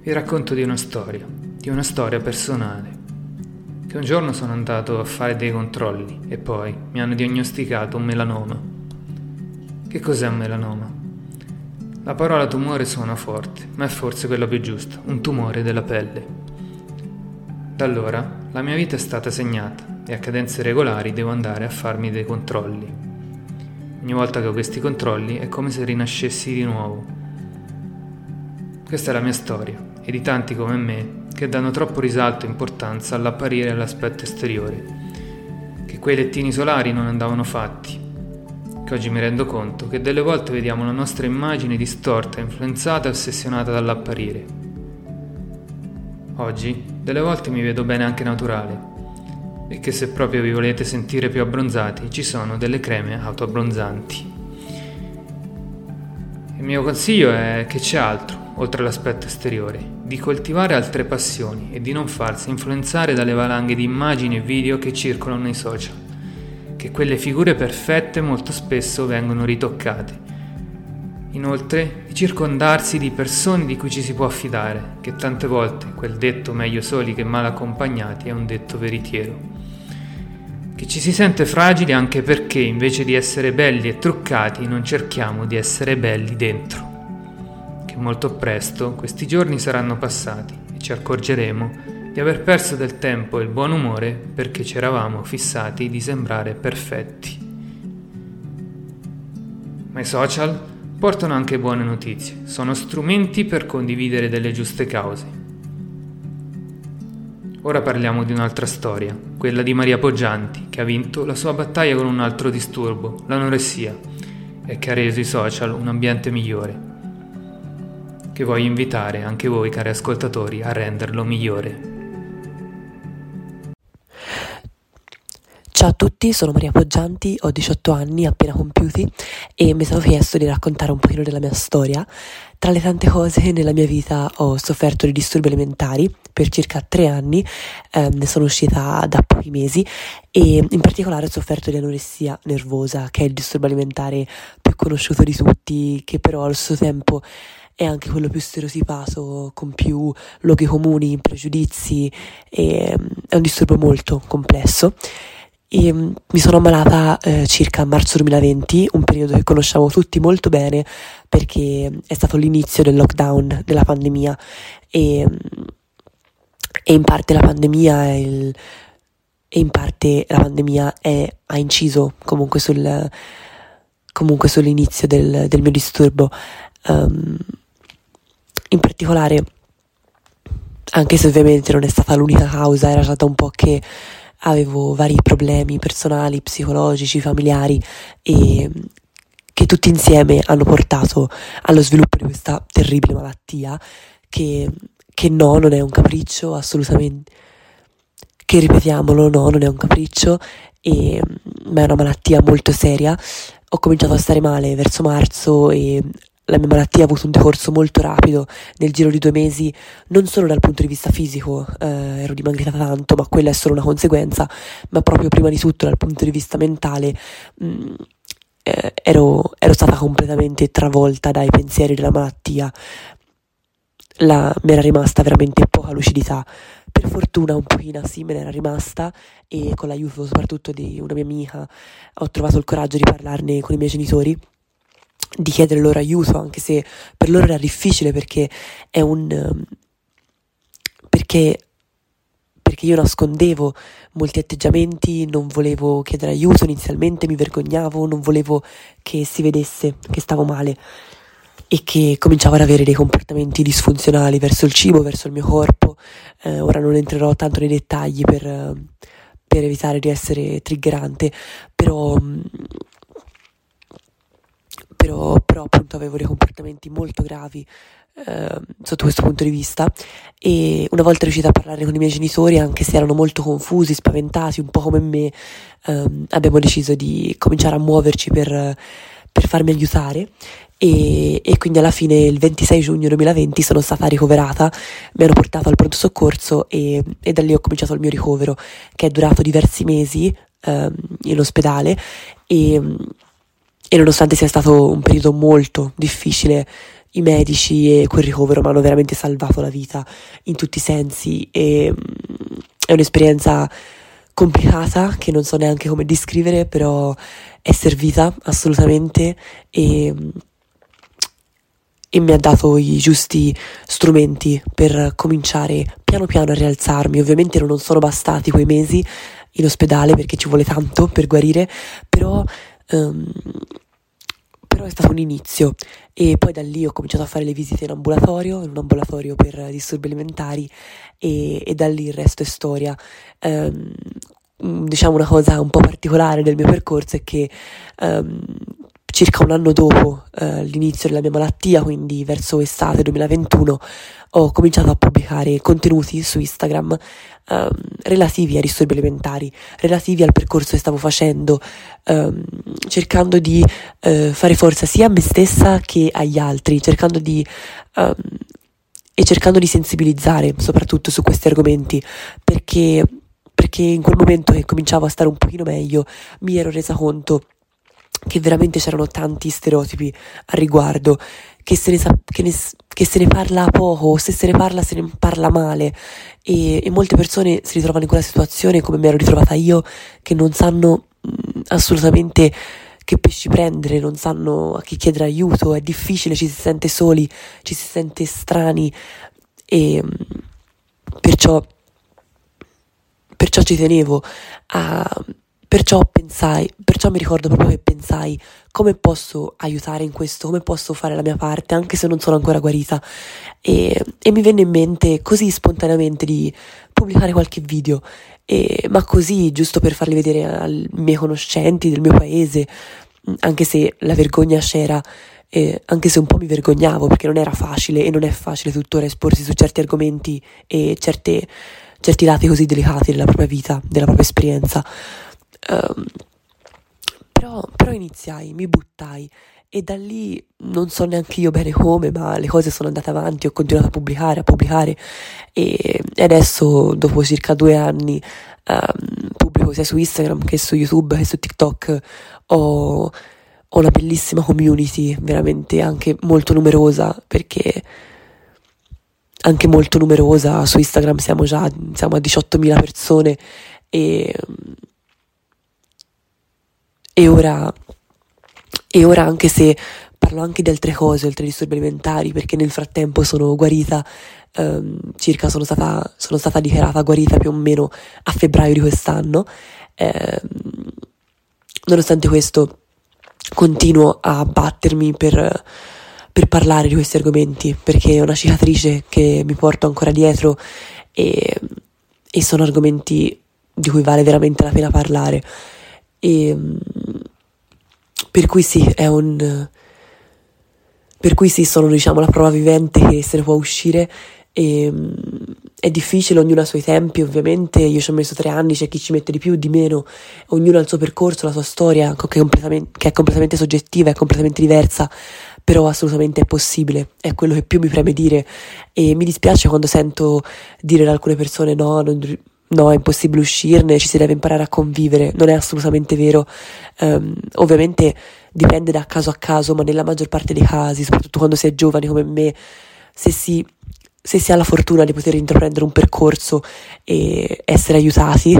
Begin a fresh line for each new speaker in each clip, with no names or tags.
Vi racconto di una storia personale, che un giorno sono andato a fare dei controlli e poi mi hanno diagnosticato un melanoma. Che cos'è un melanoma? La parola tumore suona forte, ma è forse quella più giusta, un tumore della pelle. Da allora la mia vita è stata segnata e a cadenze regolari devo andare a farmi dei controlli. Ogni volta che ho questi controlli è come se rinascessi di nuovo. Questa è la mia storia e di tanti come me che danno troppo risalto e importanza all'apparire e all'aspetto esteriore, che quei lettini solari non andavano fatti, che oggi mi rendo conto che delle volte vediamo la nostra immagine distorta, influenzata e ossessionata dall'apparire. Oggi delle volte mi vedo bene anche naturale e che se proprio vi volete sentire più abbronzati ci sono delle creme autoabbronzanti. Il mio consiglio è che c'è altro, oltre all'aspetto esteriore, di coltivare altre passioni e di non farsi influenzare dalle valanghe di immagini e video che circolano nei social, che quelle figure perfette molto spesso vengono ritoccate. Inoltre, di circondarsi di persone di cui ci si può affidare, che tante volte quel detto meglio soli che mal accompagnati è un detto veritiero. Che ci si sente fragili anche perché invece di essere belli e truccati non cerchiamo di essere belli dentro. Che molto presto questi giorni saranno passati e ci accorgeremo di aver perso del tempo e il buon umore perché ci eravamo fissati di sembrare perfetti. Ma i social portano anche buone notizie, sono strumenti per condividere delle giuste cause. Ora parliamo di un'altra storia, quella di Maria Poggianti, che ha vinto la sua battaglia con un altro disturbo, l'anoressia, e che ha reso i social un ambiente migliore. Che voglio invitare anche voi, cari ascoltatori, a renderlo migliore.
Ciao a tutti, sono Maria Poggianti, ho 18 anni appena compiuti e mi è stato chiesto di raccontare un pochino della mia storia. Tra le tante cose nella mia vita ho sofferto di disturbi alimentari per circa 3 anni, ne sono uscita da pochi mesi e in particolare ho sofferto di anoressia nervosa, che è il disturbo alimentare più conosciuto di tutti, che però allo stesso tempo è anche quello più stereotipato, con più luoghi comuni, pregiudizi, e è un disturbo molto complesso. E mi sono ammalata circa a marzo 2020, un periodo che conosciamo tutti molto bene perché è stato l'inizio del lockdown, della pandemia e in parte la pandemia ha inciso comunque sull'inizio del mio disturbo. In particolare, anche se ovviamente non è stata l'unica causa, era stata un po' che avevo vari problemi personali, psicologici, familiari e che tutti insieme hanno portato allo sviluppo di questa terribile malattia che no, non è un capriccio, assolutamente, che ripetiamolo, no, non è un capriccio, ma è una malattia molto seria. Ho cominciato a stare male verso marzo e la mia malattia ha avuto un decorso molto rapido nel giro di 2 mesi, non solo dal punto di vista fisico, ero dimagrita tanto, ma quella è solo una conseguenza, ma proprio prima di tutto dal punto di vista mentale ero stata completamente travolta dai pensieri della malattia. Mi era rimasta veramente poca lucidità. Per fortuna un pochino sì me ne era rimasta e con l'aiuto soprattutto di una mia amica ho trovato il coraggio di parlarne con i miei genitori, di chiedere loro aiuto, anche se per loro era difficile perché perché io nascondevo molti atteggiamenti, non volevo chiedere aiuto inizialmente, mi vergognavo, non volevo che si vedesse che stavo male e che cominciavo ad avere dei comportamenti disfunzionali verso il cibo, verso il mio corpo. Ora non entrerò tanto nei dettagli per evitare di essere triggerante, però appunto avevo dei comportamenti molto gravi sotto questo punto di vista e una volta riuscita a parlare con i miei genitori, anche se erano molto confusi, spaventati, un po' come me, abbiamo deciso di cominciare a muoverci per farmi aiutare e quindi alla fine il 26 giugno 2020 sono stata ricoverata, mi hanno portato al pronto soccorso e da lì ho cominciato il mio ricovero, che è durato diversi mesi in ospedale e nonostante sia stato un periodo molto difficile, i medici e quel ricovero mi hanno veramente salvato la vita in tutti i sensi e è un'esperienza complicata che non so neanche come descrivere, però è servita assolutamente e mi ha dato i giusti strumenti per cominciare piano piano a rialzarmi. Ovviamente non sono bastati quei mesi in ospedale perché ci vuole tanto per guarire, però è stato un inizio e poi da lì ho cominciato a fare le visite in un ambulatorio per disturbi alimentari e da lì il resto è storia. Diciamo una cosa un po' particolare del mio percorso è che circa un anno dopo l'inizio della mia malattia, quindi verso estate 2021, ho cominciato a pubblicare contenuti su Instagram relativi ai disturbi alimentari, relativi al percorso che stavo facendo, cercando di fare forza sia a me stessa che agli altri, cercando di sensibilizzare soprattutto su questi argomenti, perché in quel momento che cominciavo a stare un pochino meglio mi ero resa conto che veramente c'erano tanti stereotipi al riguardo, che se ne parla poco, o se se ne parla male e molte persone si ritrovano in quella situazione come mi ero ritrovata io, che non sanno assolutamente che pesci prendere, non sanno a chi chiedere aiuto, è difficile, ci si sente soli, ci si sente strani e perciò ci tenevo perciò mi ricordo proprio che pensai come posso aiutare in questo, come posso fare la mia parte anche se non sono ancora guarita e mi venne in mente così spontaneamente di pubblicare qualche video, ma così giusto per farli vedere ai miei conoscenti del mio paese, anche se la vergogna c'era, anche se un po' mi vergognavo perché non era facile e non è facile tuttora esporsi su certi argomenti e certi lati così delicati della propria vita, della propria esperienza. Però iniziai, mi buttai e da lì non so neanche io bene come, ma le cose sono andate avanti, ho continuato a pubblicare e adesso dopo circa 2 anni pubblico sia su Instagram che su YouTube che su TikTok, ho una bellissima community, veramente anche molto numerosa, perché anche molto numerosa, su Instagram siamo a 18.000 persone e ora anche se parlo anche di altre cose, oltre ai disturbi alimentari, perché nel frattempo sono guarita, sono stata dichiarata guarita più o meno a febbraio di quest'anno, nonostante questo continuo a battermi per parlare di questi argomenti, perché è una cicatrice che mi porto ancora dietro e sono argomenti di cui vale veramente la pena parlare. Per cui sì, sono diciamo la prova vivente che se ne può uscire e è difficile, ognuno ha i suoi tempi, ovviamente io ci ho messo 3 anni, c'è chi ci mette di più, di meno, ognuno ha il suo percorso, la sua storia che è completamente soggettiva, è completamente diversa, però assolutamente è possibile, è quello che più mi preme dire e mi dispiace quando sento dire da alcune persone no, è impossibile uscirne, ci si deve imparare a convivere, non è assolutamente vero. Ovviamente dipende da caso a caso, ma nella maggior parte dei casi, soprattutto quando si è giovani come me, se si ha la fortuna di poter intraprendere un percorso e essere aiutati,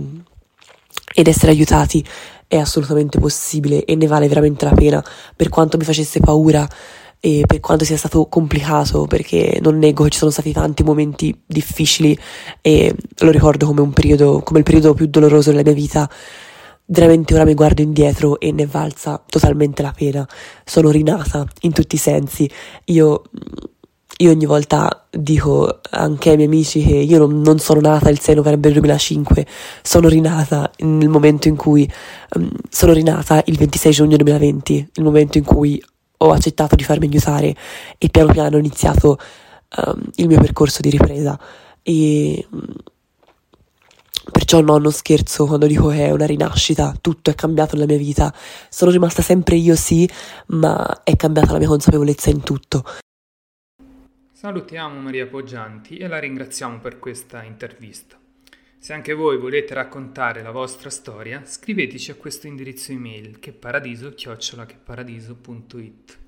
è assolutamente possibile e ne vale veramente la pena, per quanto mi facesse paura e per quanto sia stato complicato, perché non nego che ci sono stati tanti momenti difficili e lo ricordo come il periodo più doloroso della mia vita. Veramente ora mi guardo indietro e ne è valsa totalmente la pena, sono rinata in tutti i sensi. Io ogni volta dico anche ai miei amici che io non sono nata il 6 novembre 2005, sono rinata nel momento in cui sono rinata il 26 giugno 2020, il momento in cui ho accettato di farmi aiutare e piano piano ho iniziato il mio percorso di ripresa e perciò no, non scherzo quando dico che è una rinascita, tutto è cambiato nella mia vita, sono rimasta sempre io sì, ma è cambiata la mia consapevolezza in tutto.
Salutiamo Maria Poggianti e la ringraziamo per questa intervista. Se anche voi volete raccontare la vostra storia, scriveteci a questo indirizzo email cheparadiso@cheparadiso.it.